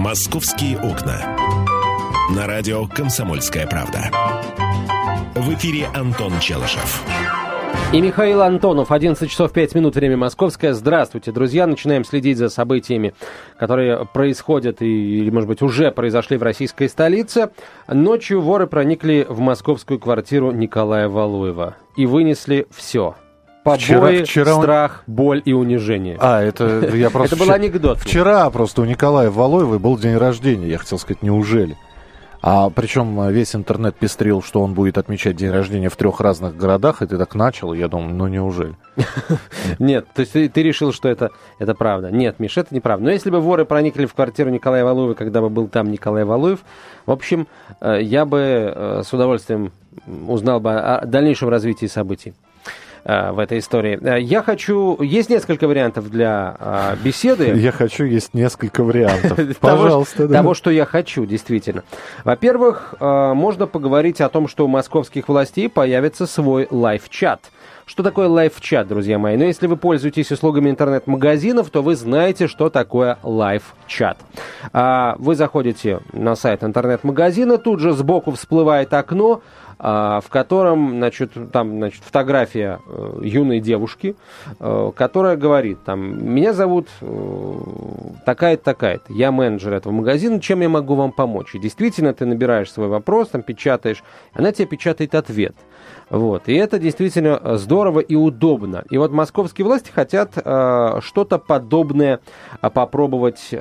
«Московские окна». На радио «Комсомольская правда». В эфире Антон Челышев. И Михаил Антонов, 11 часов 5 минут, время московское. Здравствуйте, друзья. Начинаем следить за событиями, которые происходят или, может быть, уже произошли в российской столице. Ночью воры проникли в московскую квартиру Николая Валуева и вынесли все. Побои, страх, боль и унижение. Это я просто... Это был анекдот. Вчера просто у Николая Валуева был день рождения. Я хотел сказать, неужели? Причем весь интернет пестрил, что он будет отмечать день рождения в 3 разных городах, и ты так начал, я думаю, неужели? Нет, то есть ты решил, что это правда. Нет, Миш, это неправда. Но если бы воры проникли в квартиру Николая Валуева, когда бы был там Николай Валуев, в общем, я бы с удовольствием узнал бы о дальнейшем развитии событий в этой истории. Есть несколько вариантов для беседы. Есть несколько вариантов. Пожалуйста. Того, что я хочу, действительно. Во-первых, можно поговорить о том, что у московских властей появится свой лайв-чат. Что такое лайв-чат, друзья мои? Если вы пользуетесь услугами интернет-магазинов, то вы знаете, что такое лайв-чат. Вы заходите на сайт интернет-магазина, тут же сбоку всплывает окно, в котором, там фотография юной девушки, которая говорит, меня зовут такая-то, такая-то, я менеджер этого магазина, чем я могу вам помочь? И действительно, ты набираешь свой вопрос, печатаешь, она тебе печатает ответ. И это действительно здорово и удобно. И вот московские власти хотят что-то подобное попробовать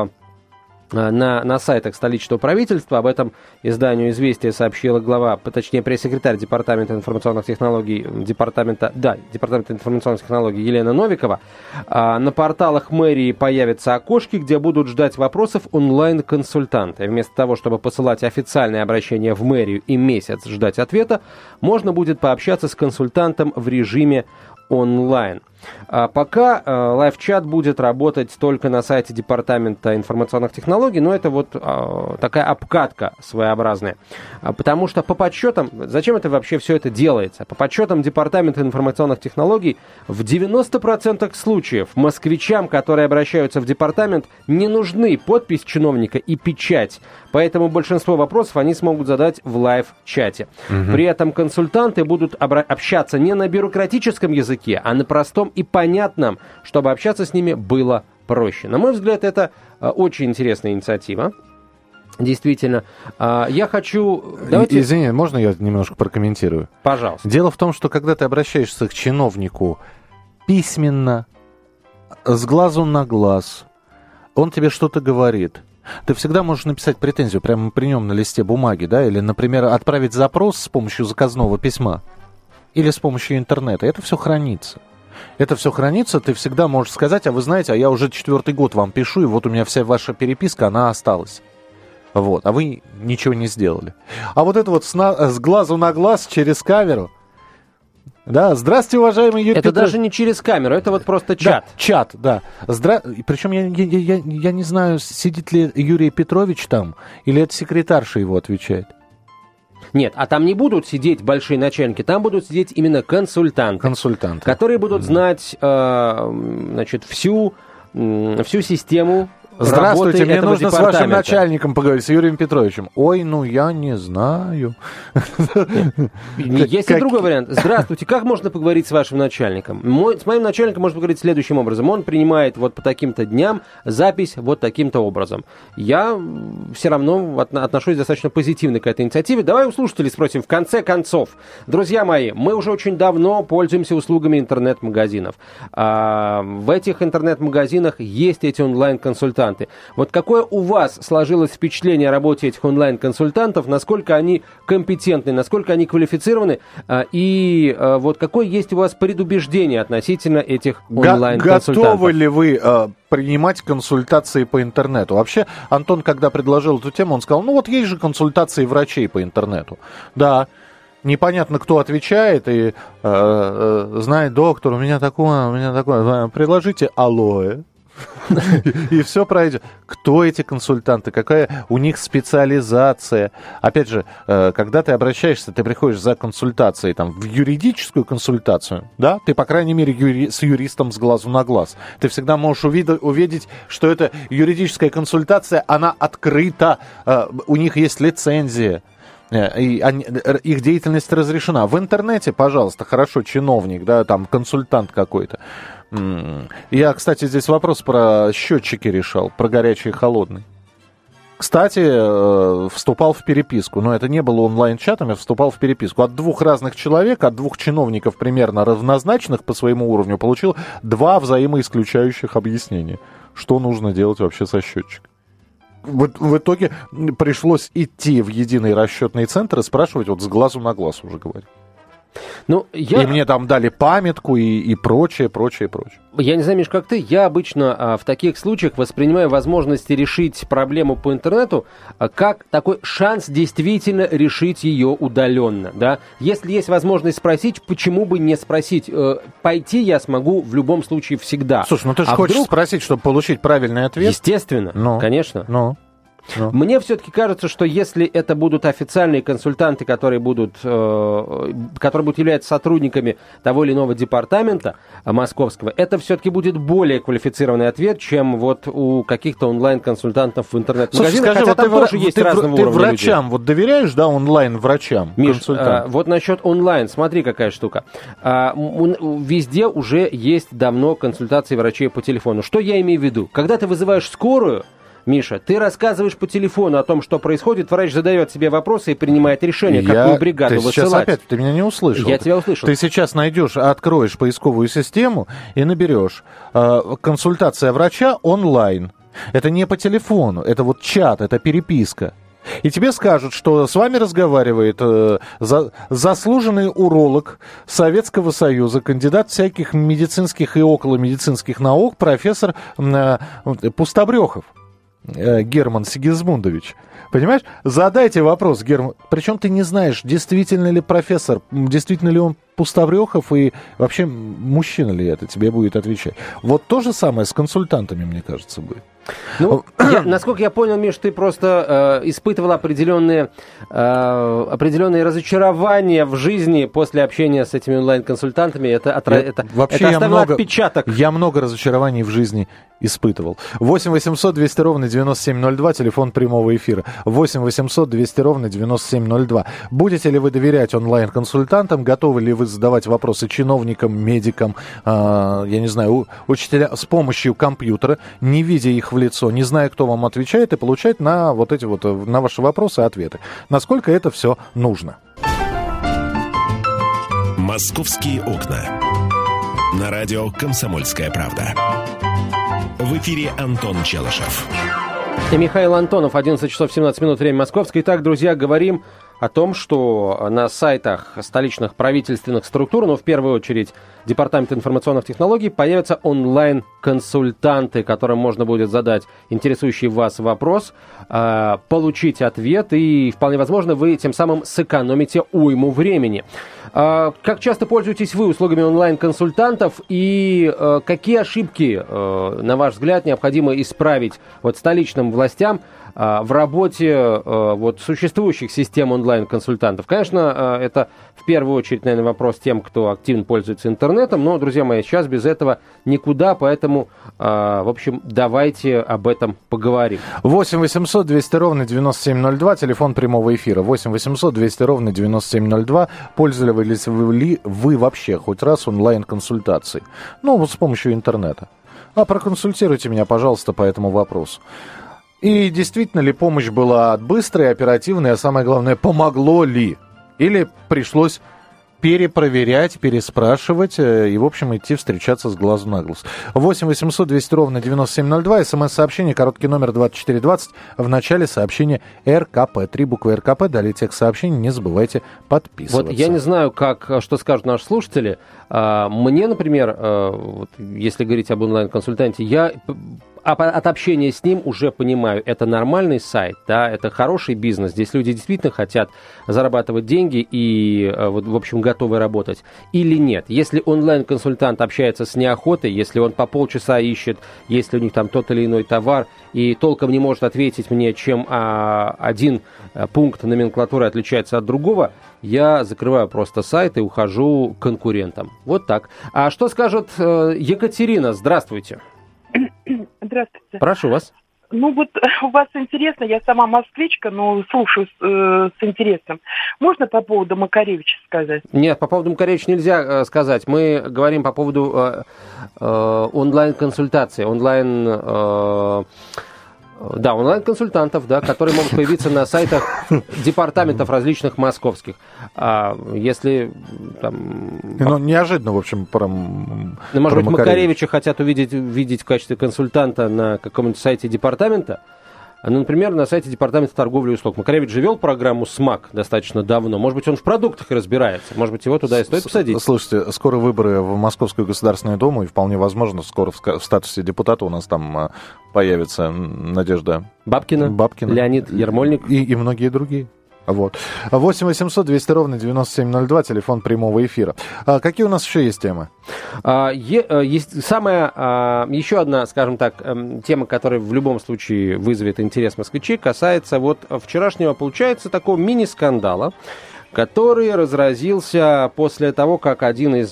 на сайтах столичного правительства. Об этом изданию «Известия» сообщила пресс-секретарь Департамента информационных технологий Департамента информационных технологий Елена Новикова. На порталах мэрии появятся окошки, где будут ждать вопросов онлайн-консультанты. Вместо того, чтобы посылать официальное обращение в мэрию и месяц ждать ответа, можно будет пообщаться с консультантом в режиме онлайн. Пока лайв-чат будет работать только на сайте Департамента информационных технологий, но это такая обкатка своеобразная. Потому что по подсчетам, зачем это вообще все это делается? По подсчетам Департамента информационных технологий, в 90% случаев москвичам, которые обращаются в департамент, не нужны подпись чиновника и печать. Поэтому большинство вопросов они смогут задать в лайв-чате. При этом консультанты будут общаться не на бюрократическом языке, а на простом и понятном, чтобы общаться с ними было проще. На мой взгляд, это очень интересная инициатива. Действительно. Я хочу... Извини, можно я немножко прокомментирую? Пожалуйста. Дело в том, что когда ты обращаешься к чиновнику письменно, с глазу на глаз, он тебе что-то говорит, ты всегда можешь написать претензию прямо при нем на листе бумаги, да, или, например, отправить запрос с помощью заказного письма или с помощью интернета. Это все хранится. Ты всегда можешь сказать, а вы знаете, я уже 4-й год вам пишу, и вот у меня вся ваша переписка, она осталась. А вы ничего не сделали. А вот это с глазу на глаз через камеру. Да, здравствуйте, уважаемый Юрий Это Петрович. даже не через камеру, это просто чат. Да, чат, да. Причем я не знаю, сидит ли Юрий Петрович там, или это секретарша его отвечает. Нет, там не будут сидеть большие начальники, там будут сидеть именно консультанты. Которые будут знать, всю систему. Здравствуйте, мне нужно с вашим начальником поговорить, с Юрием Петровичем. Ой, я не знаю. Есть и другой вариант. Здравствуйте, как можно поговорить с вашим начальником? С моим начальником можно поговорить следующим образом. Он принимает по таким-то дням запись таким-то образом. Я все равно отношусь достаточно позитивно к этой инициативе. Давай у слушателей спросим. В конце концов, друзья мои, мы уже очень давно пользуемся услугами интернет-магазинов. В этих интернет-магазинах есть эти онлайн-консультанты. Какое у вас сложилось впечатление о работе этих онлайн-консультантов, насколько они компетентны, насколько они квалифицированы, и какое есть у вас предубеждение относительно этих онлайн-консультантов? Готовы ли вы принимать консультации по интернету? Вообще, Антон, когда предложил эту тему, он сказал, есть же консультации врачей по интернету. Да. Непонятно, кто отвечает, и знает доктор, у меня такое, предложите алоэ. И все пройдет. Кто эти консультанты? Какая у них специализация? Опять же, когда ты обращаешься, ты приходишь за консультацией там, в юридическую консультацию, да? Ты, по крайней мере, с юристом с глазу на глаз. Ты всегда можешь увидеть, что это юридическая консультация, она открыта, у них есть лицензия. Их деятельность разрешена. В интернете, пожалуйста, хорошо, чиновник, да, там консультант какой-то. Я, кстати, здесь вопрос про счетчики решал, про горячий и холодный. Кстати, вступал в переписку, но это не было онлайн-чатом, я вступал в переписку. От двух разных человек, от двух чиновников примерно равнозначных по своему уровню, получил 2 взаимоисключающих объяснения, что нужно делать вообще со счетчиком. В итоге пришлось идти в единый расчетный центр и спрашивать, вот с глазу на глаз уже говорю. И мне там дали памятку и прочее. Я не знаю, Миш, как ты, я обычно в таких случаях воспринимаю возможности решить проблему по интернету как такой шанс действительно решить ее удаленно. Да? Если есть возможность спросить, почему бы не спросить? Пойти я смогу в любом случае всегда. Слушай, ты же хочешь спросить, чтобы получить правильный ответ? Естественно, конечно. Ну. Мне все-таки кажется, что если это будут официальные консультанты, которые будут являться сотрудниками того или иного департамента московского, это все-таки будет более квалифицированный ответ, чем вот у каких-то онлайн-консультантов в интернет-магазинах. Скажи, хотя там тоже есть разного уровня ты врачам людей. Вот доверяешь, да, онлайн-врачам? Миш, вот насчет онлайн, смотри, какая штука. Везде уже есть давно консультации врачей по телефону. Что я имею в виду? Когда ты вызываешь скорую, Миша, ты рассказываешь по телефону о том, что происходит, врач задает себе вопросы и принимает решение, какую бригаду высылать. Сейчас опять, ты меня не услышал. Я тебя услышал. Ты сейчас откроешь поисковую систему и наберешь консультация врача онлайн. Это не по телефону, это вот чат, это переписка. И тебе скажут, что с вами разговаривает заслуженный уролог Советского Союза, кандидат всяких медицинских и околомедицинских наук, профессор Пустобрехов. Герман Сигизмундович. Понимаешь? Задайте вопрос, Герман. Причем ты не знаешь, действительно ли профессор, действительно ли он Пустобрехов и вообще мужчина ли это, тебе будет отвечать. Вот то же самое с консультантами, мне кажется, будет. Насколько я понял, Миш, ты просто испытывал определенные разочарования в жизни после общения с этими онлайн-консультантами. Это оставило отпечаток. Я много разочарований в жизни испытывал. 8 800 200 ровно 9702, телефон прямого эфира. 8 800 200 ровно 9702. Будете ли вы доверять онлайн-консультантам? Готовы ли вы задавать вопросы чиновникам, медикам, я не знаю, учителям с помощью компьютера, не видя их в лицо, не зная, кто вам отвечает, и получать на на ваши вопросы ответы. Насколько это все нужно? «Московские окна». На радио «Комсомольская правда». В эфире Антон Челышев. И Михаил Антонов, 11 часов 17 минут, время московское. Итак, друзья, говорим о том, что на сайтах столичных правительственных структур, в первую очередь Департамент информационных технологий, появятся онлайн-консультанты, которым можно будет задать интересующий вас вопрос, получить ответ, и вполне возможно вы тем самым сэкономите уйму времени. Как часто пользуетесь вы услугами онлайн-консультантов и какие ошибки, на ваш взгляд, необходимо исправить столичным властям в работе существующих систем онлайн-консультантов? Конечно, это в первую очередь, наверное, вопрос тем, кто активно пользуется интернетом, но, друзья мои, сейчас без этого никуда, поэтому, в общем, давайте об этом поговорим. 8 800 200 ровно 9702, телефон прямого эфира. 8 800 200 ровно 9702. Пользовались ли вы вообще хоть раз онлайн-консультацией? С помощью интернета. Проконсультируйте меня, пожалуйста, по этому вопросу. И действительно ли помощь была быстрой, оперативной, а самое главное, помогло ли? Или пришлось перепроверять, переспрашивать и, в общем, идти встречаться с глазу на глаз. 8 800 200 ровно 9702, смс-сообщение, короткий номер 2420, в начале сообщения РКП. 3 буквы РКП, далее текст сообщения, не забывайте подписываться. Я не знаю, что скажут наши слушатели. Мне, например, если говорить об онлайн-консультанте, я от общения с ним уже понимаю, это нормальный сайт, да, это хороший бизнес, здесь люди действительно хотят зарабатывать деньги и, вот, в общем, готовы работать, или нет. Если онлайн-консультант общается с неохотой, если он по полчаса ищет, если у них там тот или иной товар, и толком не может ответить мне, чем один пункт номенклатуры отличается от другого, я закрываю просто сайт и ухожу к конкурентам. Вот так. А что скажет Екатерина? Здравствуйте. Здравствуйте. Прошу вас. Ну вот у вас интересно, я сама москвичка, но слушаю с интересом. Можно по поводу Макаревича сказать? Нет, по поводу Макаревича нельзя сказать. Мы говорим по поводу онлайн-консультации, онлайн-консультантов, да, которые могут появиться на сайтах департаментов различных московских. Если там... Ну, неожиданно, в общем, может быть, Макаревича хотят увидеть в качестве консультанта на каком-нибудь сайте департамента. Ну, например, на сайте Департамента торговли и услуг. Макаревич же вел программу «СМАК» достаточно давно. Может быть, он в продуктах разбирается. Может быть, его туда и стоит посадить. Слушайте, скоро выборы в Московскую Государственную Думу, и вполне возможно, скоро в статусе депутата у нас там появится Надежда Бабкина. Леонид Ермольник. И многие другие. Вот. 8 800 200 ровно 9702, телефон прямого эфира. Какие у нас еще есть темы? Есть еще одна, скажем так, тема, которая в любом случае вызовет интерес москвичей, касается вот вчерашнего, получается, такого мини-скандала, который разразился после того, как один из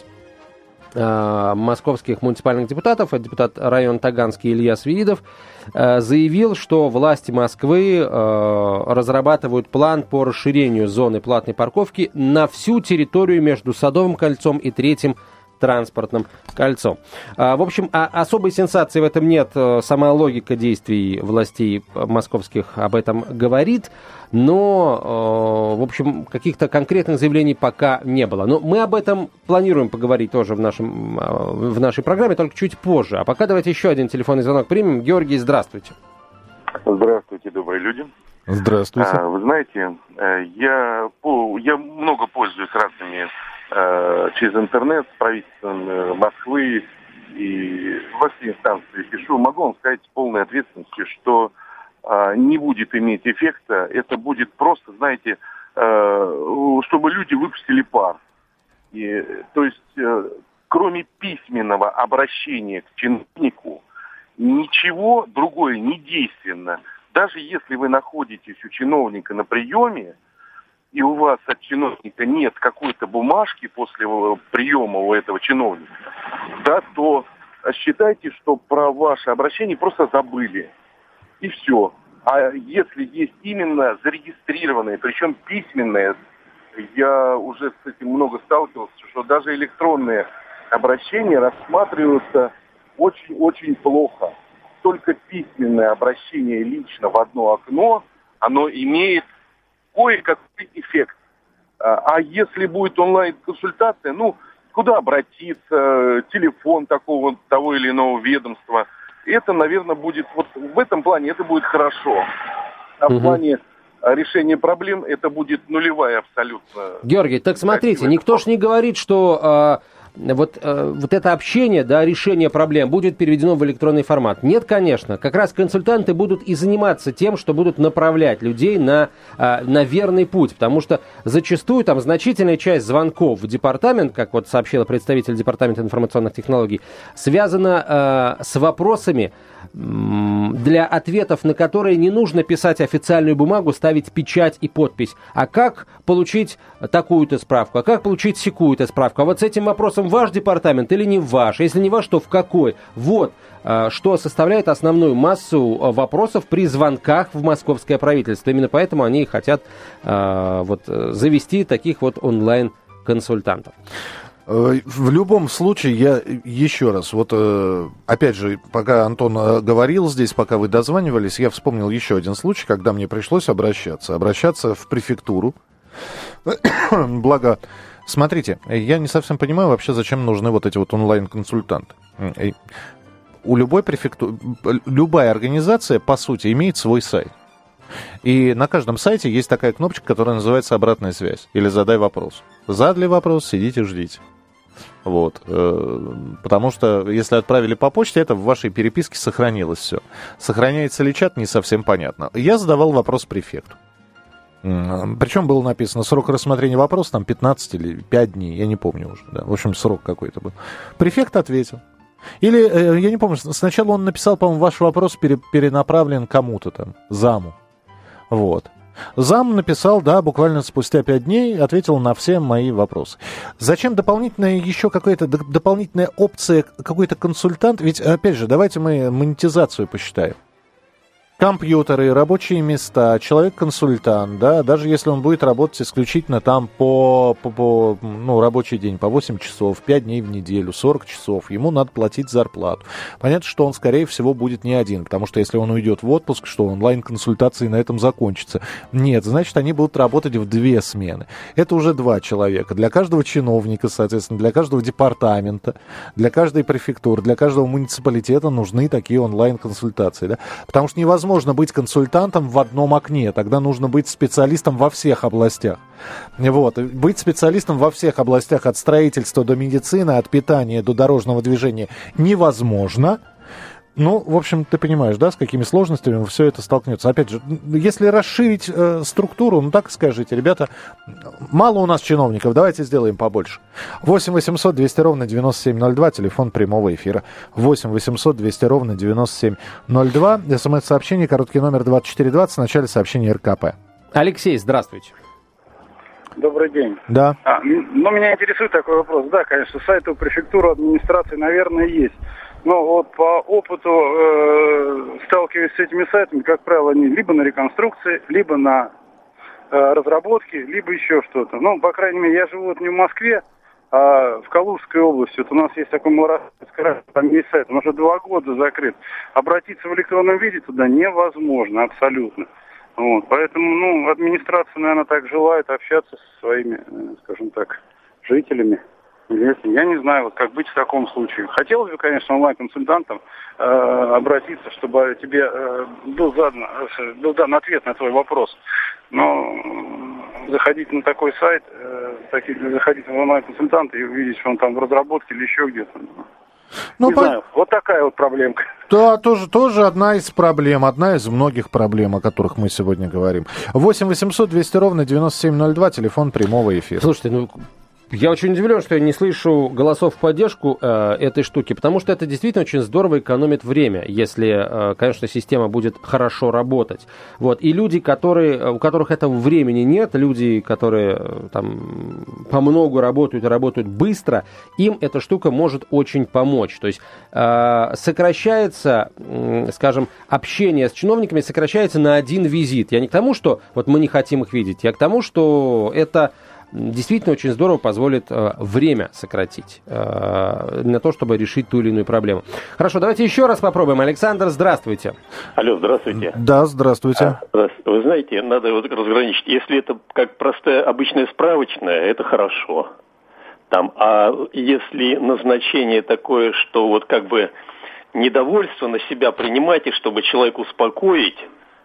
московских муниципальных депутатов, это депутат района Таганский Илья Свиридов, заявил, что власти Москвы разрабатывают план по расширению зоны платной парковки на всю территорию между Садовым кольцом и Третьим транспортным кольцом. В общем, особой сенсации в этом нет. Сама логика действий властей московских об этом говорит. Но, в общем, каких-то конкретных заявлений пока не было. Но мы об этом планируем поговорить тоже в нашей программе, только чуть позже. А пока давайте еще один телефонный звонок примем. Георгий, здравствуйте. Здравствуйте, добрые люди. Здравствуйте. Вы знаете, я много пользуюсь разными через интернет с правительством Москвы и во все инстанции пишу. Могу вам сказать с полной ответственностью, что не будет иметь эффекта. Это будет просто, знаете, чтобы люди выпустили пар. То есть, кроме письменного обращения к чиновнику, ничего другое не действенно. Даже если вы находитесь у чиновника на приеме, и у вас от чиновника нет какой-то бумажки после приема у этого чиновника, да, то считайте, что про ваше обращение просто забыли. И все. А если есть именно зарегистрированное, причем письменное, я уже с этим много сталкивался, что даже электронные обращения рассматриваются очень-очень плохо. Только письменное обращение лично в одно окно, оно имеет кое-какой эффект. А если будет онлайн-консультация, куда обратиться, телефон того или иного ведомства, это, наверное, будет, вот в этом плане это будет хорошо. А в плане решения проблем это будет нулевая абсолютно. Георгий, так смотрите, никто ж не говорит, что вот это общение, да, решение проблем будет переведено в электронный формат. Нет, конечно. Как раз консультанты будут и заниматься тем, что будут направлять людей на верный путь. Потому что зачастую там значительная часть звонков в департамент, как вот сообщила представитель Департамента информационных технологий, связана с вопросами, для ответов на которые не нужно писать официальную бумагу, ставить печать и подпись. А как получить такую-то справку? А как получить сякую-то справку? А вот с этим вопросом ваш департамент или не ваш? Если не ваш, то в какой? Вот что составляет основную массу вопросов при звонках в московское правительство. Именно поэтому они и хотят завести таких вот онлайн-консультантов. В любом случае, я еще раз, опять же, пока Антон говорил здесь, пока вы дозванивались, я вспомнил еще один случай, когда мне пришлось обращаться в префектуру. Благо, смотрите, я не совсем понимаю вообще, зачем нужны вот эти вот онлайн-консультанты. У любой префектуры, любая организация, по сути, имеет свой сайт. И на каждом сайте есть такая кнопочка, которая называется «Обратная связь» или «Задай вопрос». Задали вопрос, сидите, ждите. Вот. Потому что если отправили по почте, это в вашей переписке сохранилось все. Сохраняется ли чат, не совсем понятно. Я задавал вопрос префекту. Причем было написано срок рассмотрения вопроса, там 15 или 5 дней, я не помню уже. Да. В общем, срок какой-то был. Префект ответил. Или, я не помню, сначала он написал, по-моему, ваш вопрос перенаправлен кому-то там, заму. Вот. Зам написал, да, буквально спустя 5 дней, ответил на все мои вопросы. Зачем дополнительная еще какая-то дополнительная опция, какой-то консультант? Ведь, опять же, давайте мы монетизацию посчитаем. Компьютеры, рабочие места, человек-консультант, да, даже если он будет работать исключительно там по рабочий день, по 8 часов, 5 дней в неделю, 40 часов, ему надо платить зарплату. Понятно, что он, скорее всего, будет не один, потому что если он уйдет в отпуск, что онлайн-консультации на этом закончатся. Нет, значит, они будут работать в 2 смены. Это уже 2 человека. Для каждого чиновника, соответственно, для каждого департамента, для каждой префектуры, для каждого муниципалитета нужны такие онлайн-консультации, да, потому что невозможно быть консультантом в одном окне, тогда нужно быть специалистом во всех областях. Вот. Быть специалистом во всех областях, от строительства до медицины, от питания до дорожного движения, невозможно. Ну, в общем, ты понимаешь, да, с какими сложностями все это столкнется. Опять же, если расширить структуру, ну так скажите, ребята, мало у нас чиновников, давайте сделаем побольше. 8 800 200 ровно 9702, телефон прямого эфира. 8 800 200 ровно 9702, смс-сообщение, короткий номер 2420, в начале сообщения РКП. Алексей, здравствуйте. Добрый день. Да. Меня интересует такой вопрос. Да, конечно, сайты у префектуры, администрации, наверное, есть. Но вот по опыту, сталкиваясь с этими сайтами, как правило, они либо на реконструкции, либо на разработке, либо еще что-то. Ну, по крайней мере, я живу не в Москве, а в Калужской области. Вот у нас есть такой Малороссийский край, там есть сайт, он уже 2 года закрыт. Обратиться в электронном виде туда невозможно абсолютно. Вот, поэтому, администрация, наверное, так желает общаться со своими, скажем так, жителями. Я не знаю, как быть в таком случае. Хотелось бы, конечно, онлайн-консультантам обратиться, чтобы тебе был дан ответ на твой вопрос. Но заходить на такой сайт, заходить в онлайн-консультанта и увидеть, что он там в разработке или еще где-то. Не знаю. Вот такая вот проблемка. Да, тоже одна из проблем, одна из многих проблем, о которых мы сегодня говорим. 8 800 200 ровно 9702, телефон прямого эфира. Слушайте, я очень удивлен, что я не слышу голосов в поддержку этой штуки, потому что это действительно очень здорово экономит время, если, конечно, система будет хорошо работать. Вот. И люди, у которых этого времени нет, люди, которые там по много работают и работают быстро, им эта штука может очень помочь. То есть сокращается, скажем, общение с чиновниками сокращается на 1 визит. Я не к тому, что вот мы не хотим их видеть, я к тому, что это действительно очень здорово позволит время сократить на то, чтобы решить ту или иную проблему. Хорошо, давайте еще раз попробуем. Александр, здравствуйте. Алло, здравствуйте. Да, здравствуйте. Вы знаете, надо вот разграничить. Если это как простая обычная справочная, это хорошо. А если назначение такое, что вот как бы недовольство на себя принимать, и чтобы человека успокоить,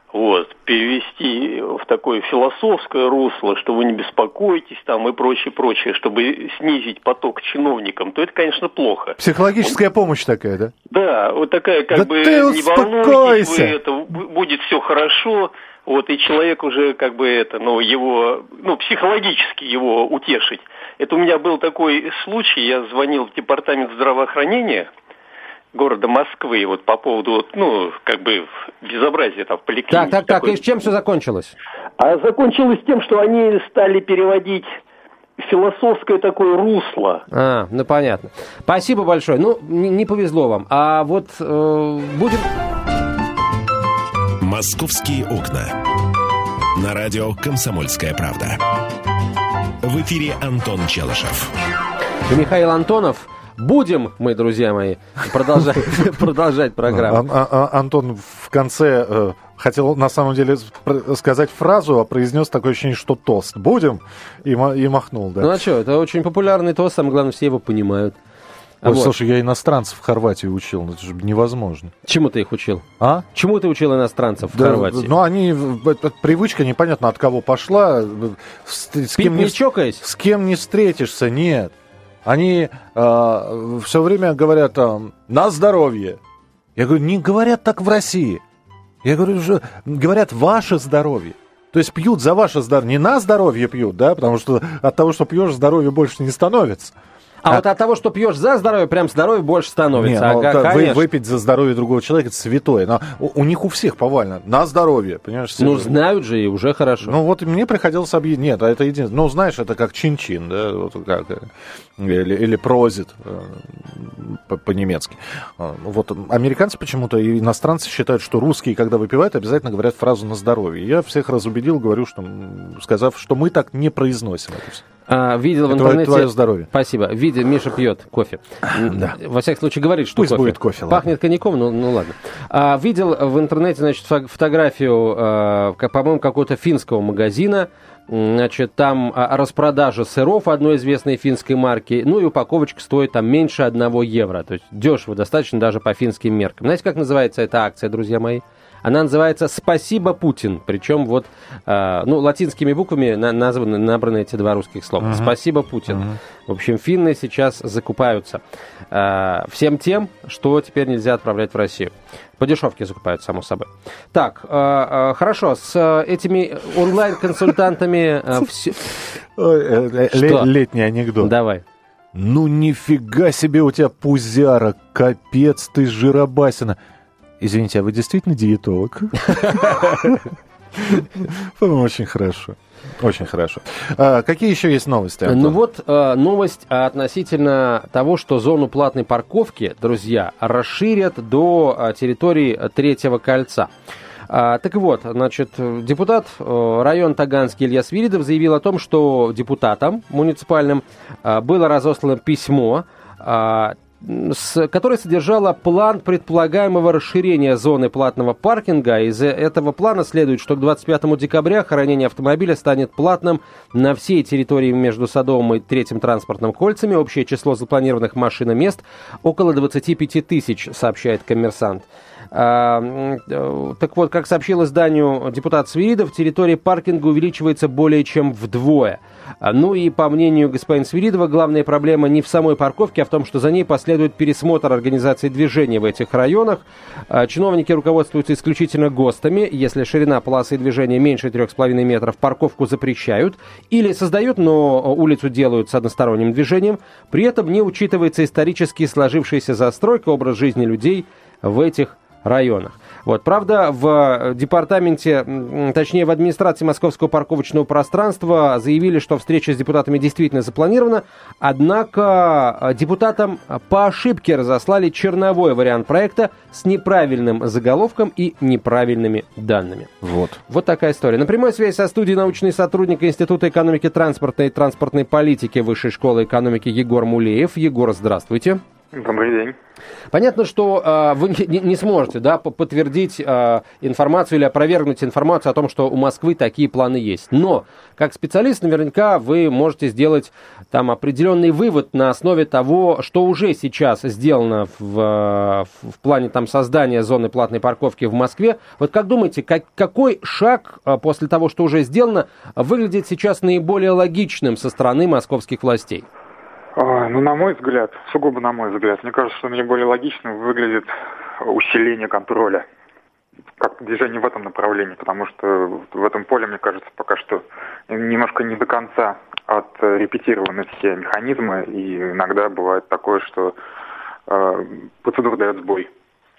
перевести в такое философское русло, что вы не беспокойтесь там и прочее, чтобы снизить поток чиновникам, то это, конечно, плохо. Психологическая помощь такая, да? Да, вот такая да бы не волнуйтесь вы, это будет все хорошо, и человек уже его, психологически его утешить. Это у меня был такой случай, я звонил в департамент здравоохранения города Москвы, по поводу, безобразия там в поликлинике. Так, и с чем все закончилось? А закончилось тем, что они стали переводить философское такое русло. Понятно. Спасибо большое. Не повезло вам. А вот будем... «Московские окна». На радио «Комсомольская правда». В эфире Антон Челышев. Михаил Антонов. Будем мы, друзья мои, продолжать программу. Антон в конце хотел на самом деле сказать фразу, а произнес такое ощущение, что тост. Будем? И махнул, да. Ну а что, это очень популярный тост, самое главное, все его понимают. Слушай, я иностранцев в Хорватии учил, это же невозможно. Чему ты их учил? Чему ты учил иностранцев в Хорватии? Привычка непонятно от кого пошла. Не чокаясь? С кем не встретишься, нет. Они все время говорят «на здоровье». Я говорю, не говорят так в России. Я говорю, что говорят «ваше здоровье». То есть пьют за ваше здоровье. Не на здоровье пьют, да, потому что от того, что пьешь, здоровье больше не становится. А вот от того, что пьешь за здоровье, прям здоровье больше становится. Нет, выпить за здоровье другого человека, это святое. Но у них у всех повально. На здоровье, понимаешь? Ну, знают же, и уже хорошо. Ну, вот мне приходилось объяснить. Нет, это единственное. Ну, знаешь, это как чин-чин, да, вот как, или прозит по-немецки. Вот американцы почему-то и иностранцы считают, что русские, когда выпивают, обязательно говорят фразу «на здоровье». Я всех разубедил, говорю, что, сказав, что мы так не произносим это все. Видел в интернете... Твое здоровье. Спасибо. Видел, Миша пьет кофе. Да. Во всяком случае, говорит, что пусть кофе. Будет кофе. Пахнет коньяком, ну ладно. Видел в интернете, значит, фотографию, по-моему, какого-то финского магазина. Значит, там распродажа сыров одной известной финской марки. Ну и упаковочка стоит там меньше 1 евро. То есть дешево достаточно даже по финским меркам. Знаете, как называется эта акция, друзья мои? Она называется «Спасибо, Путин». Причем вот, латинскими буквами набраны эти 2 русских слова. «Спасибо, Путин». В общем, финны сейчас закупаются всем тем, что теперь нельзя отправлять в Россию. По дешевке закупают, само собой. Так, хорошо, с этими онлайн-консультантами... Летний анекдот. Давай. Ну, нифига себе у тебя пузяра, капец ты жиробасина. Извините, а вы действительно диетолог? По-моему, очень хорошо. Очень хорошо. Какие еще есть новости, Антон? Ну вот новость относительно того, что зону платной парковки, друзья, расширят до территории 3-го кольца. Так вот, значит, депутат района Таганский Илья Свиридов заявил о том, что депутатам муниципальным было разослано письмо, которая содержала план предполагаемого расширения зоны платного паркинга. Из этого плана следует, что к 25 декабря хранение автомобиля станет платным на всей территории между Садовым и 3-м транспортным кольцами. Общее число запланированных машиномест около 25 тысяч, сообщает «Коммерсант». Так вот, как сообщил изданию депутат Свиридов, территория паркинга увеличивается более чем вдвое. Ну и, по мнению господина Свиридова, главная проблема не в самой парковке, а в том, что за ней последует пересмотр организации движения в этих районах. Чиновники руководствуются исключительно ГОСТами. Если ширина полосы движения меньше 3,5 метров, парковку запрещают. Или создают, но улицу делают с односторонним движением. При этом не учитывается исторически сложившаяся застройка, образ жизни людей в этих районах. Вот. Правда, в департаменте, точнее в администрации Московского парковочного пространства заявили, что встреча с депутатами действительно запланирована, однако депутатам по ошибке разослали черновой вариант проекта с неправильным заголовком и неправильными данными. Вот такая история. На прямой связи со студией научный сотрудник Института экономики транспорта и транспортной политики Высшей школы экономики Егор Мулеев. Егор, здравствуйте. Добрый день. Понятно, что вы не сможете подтвердить информацию или опровергнуть информацию о том, что у Москвы такие планы есть. Но, как специалист, наверняка вы можете сделать там определенный вывод на основе того, что уже сейчас сделано в плане там создания зоны платной парковки в Москве. Вот как думаете, какой шаг после того, что уже сделано, выглядит сейчас наиболее логичным со стороны московских властей? Ну, на мой взгляд, сугубо на мой взгляд, мне кажется, что наиболее логичным выглядит усиление контроля, как движение в этом направлении, потому что в этом поле, мне кажется, пока что немножко не до конца отрепетированы все механизмы, и иногда бывает такое, что процедура дает сбой.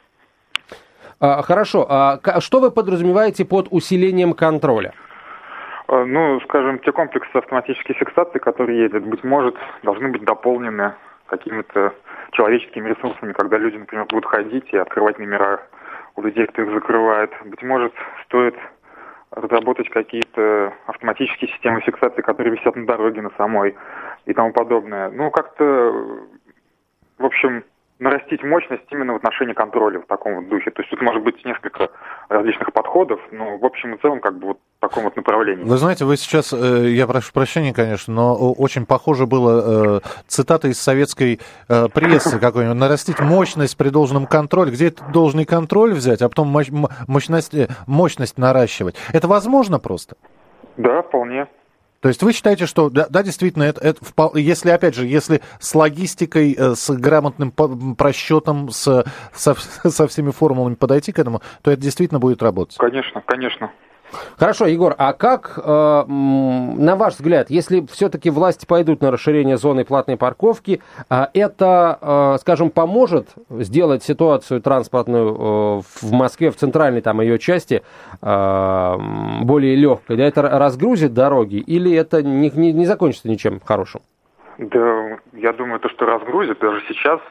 Хорошо. Что вы подразумеваете под усилением контроля? Ну, скажем, те комплексы автоматической фиксации, которые ездят, быть может, должны быть дополнены какими-то человеческими ресурсами, когда люди, например, будут ходить и открывать номера у людей, кто их закрывает. Быть может, стоит разработать какие-то автоматические системы фиксации, которые висят на дороге, на самой и тому подобное. Ну, как-то, в общем, нарастить мощность именно в отношении контроля в таком вот духе. То есть тут может быть несколько различных подходов, но в общем и целом как бы вот в таком вот направлении. Вы знаете, вы сейчас, я прошу прощения, конечно, но очень похоже было цитата из советской прессы какой-нибудь. Нарастить мощность при должном контроле. Где это должный контроль взять, а потом мощность наращивать. Это возможно просто? Да, вполне. То есть вы считаете, что, да действительно, если, опять же, если с логистикой, с грамотным просчетом, со всеми формулами подойти к этому, то это действительно будет работать? Конечно, конечно. Хорошо, Егор, а как, на ваш взгляд, если все-таки власти пойдут на расширение зоны платной парковки, это, скажем, поможет сделать ситуацию транспортную в Москве, в центральной там ее части, более легкой? Да, это разгрузит дороги или это не закончится ничем хорошим? Да, я думаю, что разгрузит даже сейчас,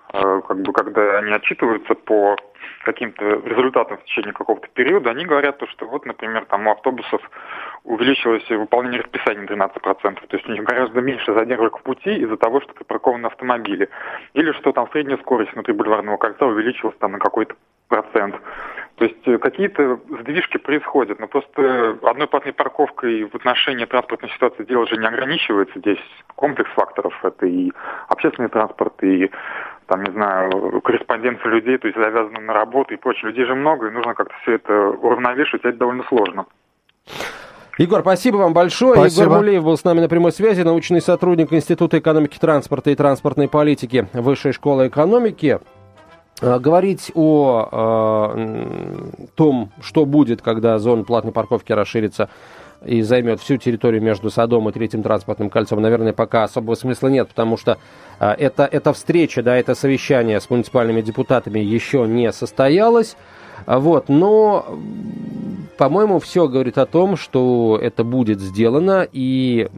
когда они отчитываются по каким-то результатам в течение какого-то периода, они говорят, что вот, например, там у автобусов увеличилось выполнение расписания на 12%, то есть у них гораздо меньше задержек в пути из-за того, что припаркованы автомобили. Или что там средняя скорость внутри бульварного кольца увеличилась там на какой-то процент. То есть какие-то сдвижки происходят, но просто одной платной парковкой в отношении транспортной ситуации дело же не ограничивается. Здесь комплекс факторов, это и общественный транспорт, и там, не знаю, корреспонденция людей, то есть завязаны на работу и прочее. Людей же много, и нужно как-то все это уравновешивать, а это довольно сложно. Егор, спасибо вам большое. Спасибо. Егор Мулеев был с нами на прямой связи, научный сотрудник Института экономики транспорта и транспортной политики Высшей школы экономики. Говорить о том, что будет, когда зона платной парковки расширится и займет всю территорию между Садом и Третьим транспортным кольцом, наверное, пока особого смысла нет, потому что эта встреча, да, это совещание с муниципальными депутатами еще не состоялось. Вот, но, по-моему, все говорит о том, что это будет сделано, и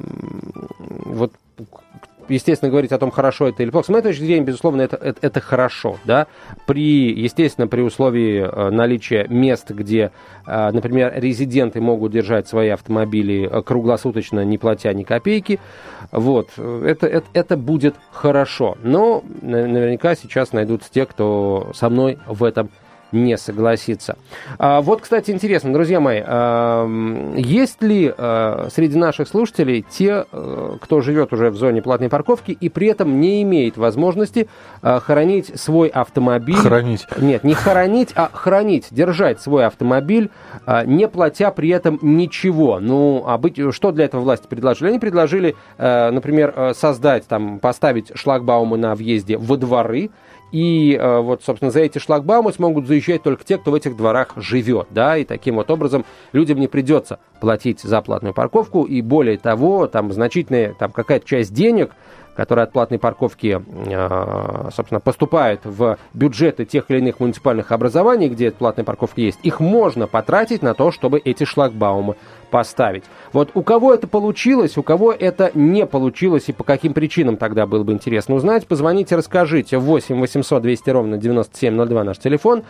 вот, естественно, говорить о том, хорошо это или плохо. С моей точки зрения, безусловно, это хорошо, да, естественно, при условии наличия мест, где, например, резиденты могут держать свои автомобили круглосуточно, не платя ни копейки, вот, это будет хорошо, но наверняка сейчас найдутся те, кто со мной в этом не согласится. Вот, кстати, интересно, друзья мои, есть ли среди наших слушателей те, кто живет уже в зоне платной парковки и при этом не имеет возможности хранить свой автомобиль? Хранить. Нет, не хоронить, а хранить, держать свой автомобиль, не платя при этом ничего. Ну, что для этого власти предложили? Они предложили, например, поставить шлагбаумы на въезде во дворы. И вот, собственно, за эти шлагбаумы смогут заезжать только те, кто в этих дворах живет, да, и таким вот образом людям не придется платить за платную парковку, и более того, там значительная, там какая-то часть денег, которая от платной парковки, собственно, поступает в бюджеты тех или иных муниципальных образований, где эта платная парковка есть, их можно потратить на то, чтобы эти шлагбаумы поставить. Вот у кого это получилось, у кого это не получилось и по каким причинам тогда было бы интересно узнать, позвоните, расскажите. 8 800 200 ровно 9702 наш телефон.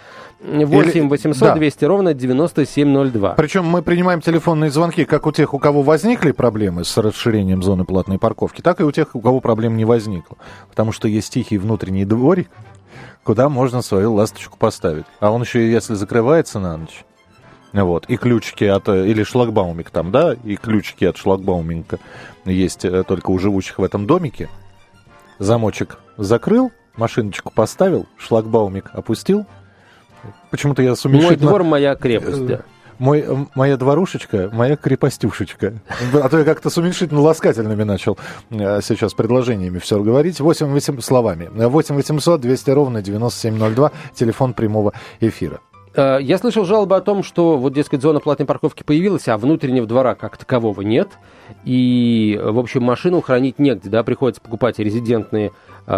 8 800 200 ровно 9702. Причем мы принимаем телефонные звонки как у тех, у кого возникли проблемы с расширением зоны платной парковки, так и у тех, у кого проблем не возникло. Потому что есть тихий внутренний дворик, куда можно свою ласточку поставить. А он еще, если закрывается на ночь, вот, и ключики или шлагбаумик там, да, и ключики от шлагбауминка есть только у живущих в этом домике. Замочек закрыл, машиночку поставил, шлагбаумик опустил. Почему-то я сумею... Мой двор, моя крепость, да. Моя дворушечка, моя крепостюшечка. А то я как-то с уменьшительно-ласкательными начал сейчас предложениями все говорить. 8 800 200 ровно 9702, телефон прямого эфира. Я слышал жалобы о том, что вот, дескать, зона платной парковки появилась, а внутреннего двора как такового нет. И, в общем, машину хранить негде, да, приходится покупать резидентные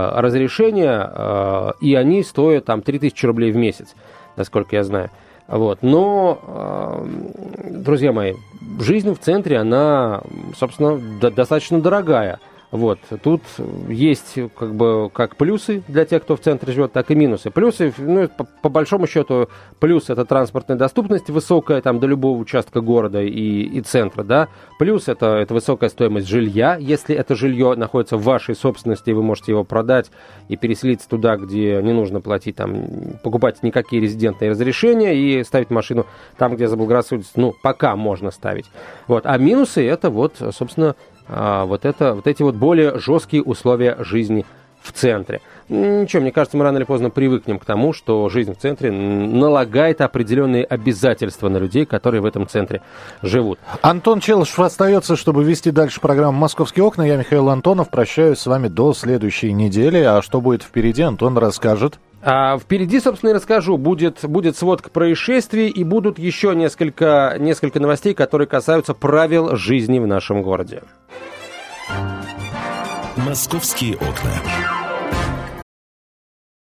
разрешения, и они стоят там 3000 рублей в месяц, насколько я знаю. Вот. Но, друзья мои, жизнь в центре, она, собственно, достаточно дорогая. Вот. Тут есть как плюсы для тех, кто в центре живет, так и минусы. Плюсы, по большому счету, плюс — это транспортная доступность высокая там, до любого участка города и центра. Да? Плюс — это высокая стоимость жилья. Если это жилье находится в вашей собственности, вы можете его продать и переселиться туда, где не нужно платить, там, покупать никакие резидентные разрешения и ставить машину там, где заблагорассудится. Пока можно ставить. Вот. А минусы — это, собственно, вот эти более жесткие условия жизни в центре. Ничего, мне кажется, мы рано или поздно привыкнем к тому, что жизнь в центре налагает определенные обязательства на людей, которые в этом центре живут. Антон Челышев остается, чтобы вести дальше программу «Московские окна». Я, Михаил Антонов, прощаюсь с вами до следующей недели. А что будет впереди, Антон расскажет. А впереди, собственно, и расскажу. Будет сводка происшествий и будут еще несколько новостей, которые касаются правил жизни в нашем городе. «Московские окна».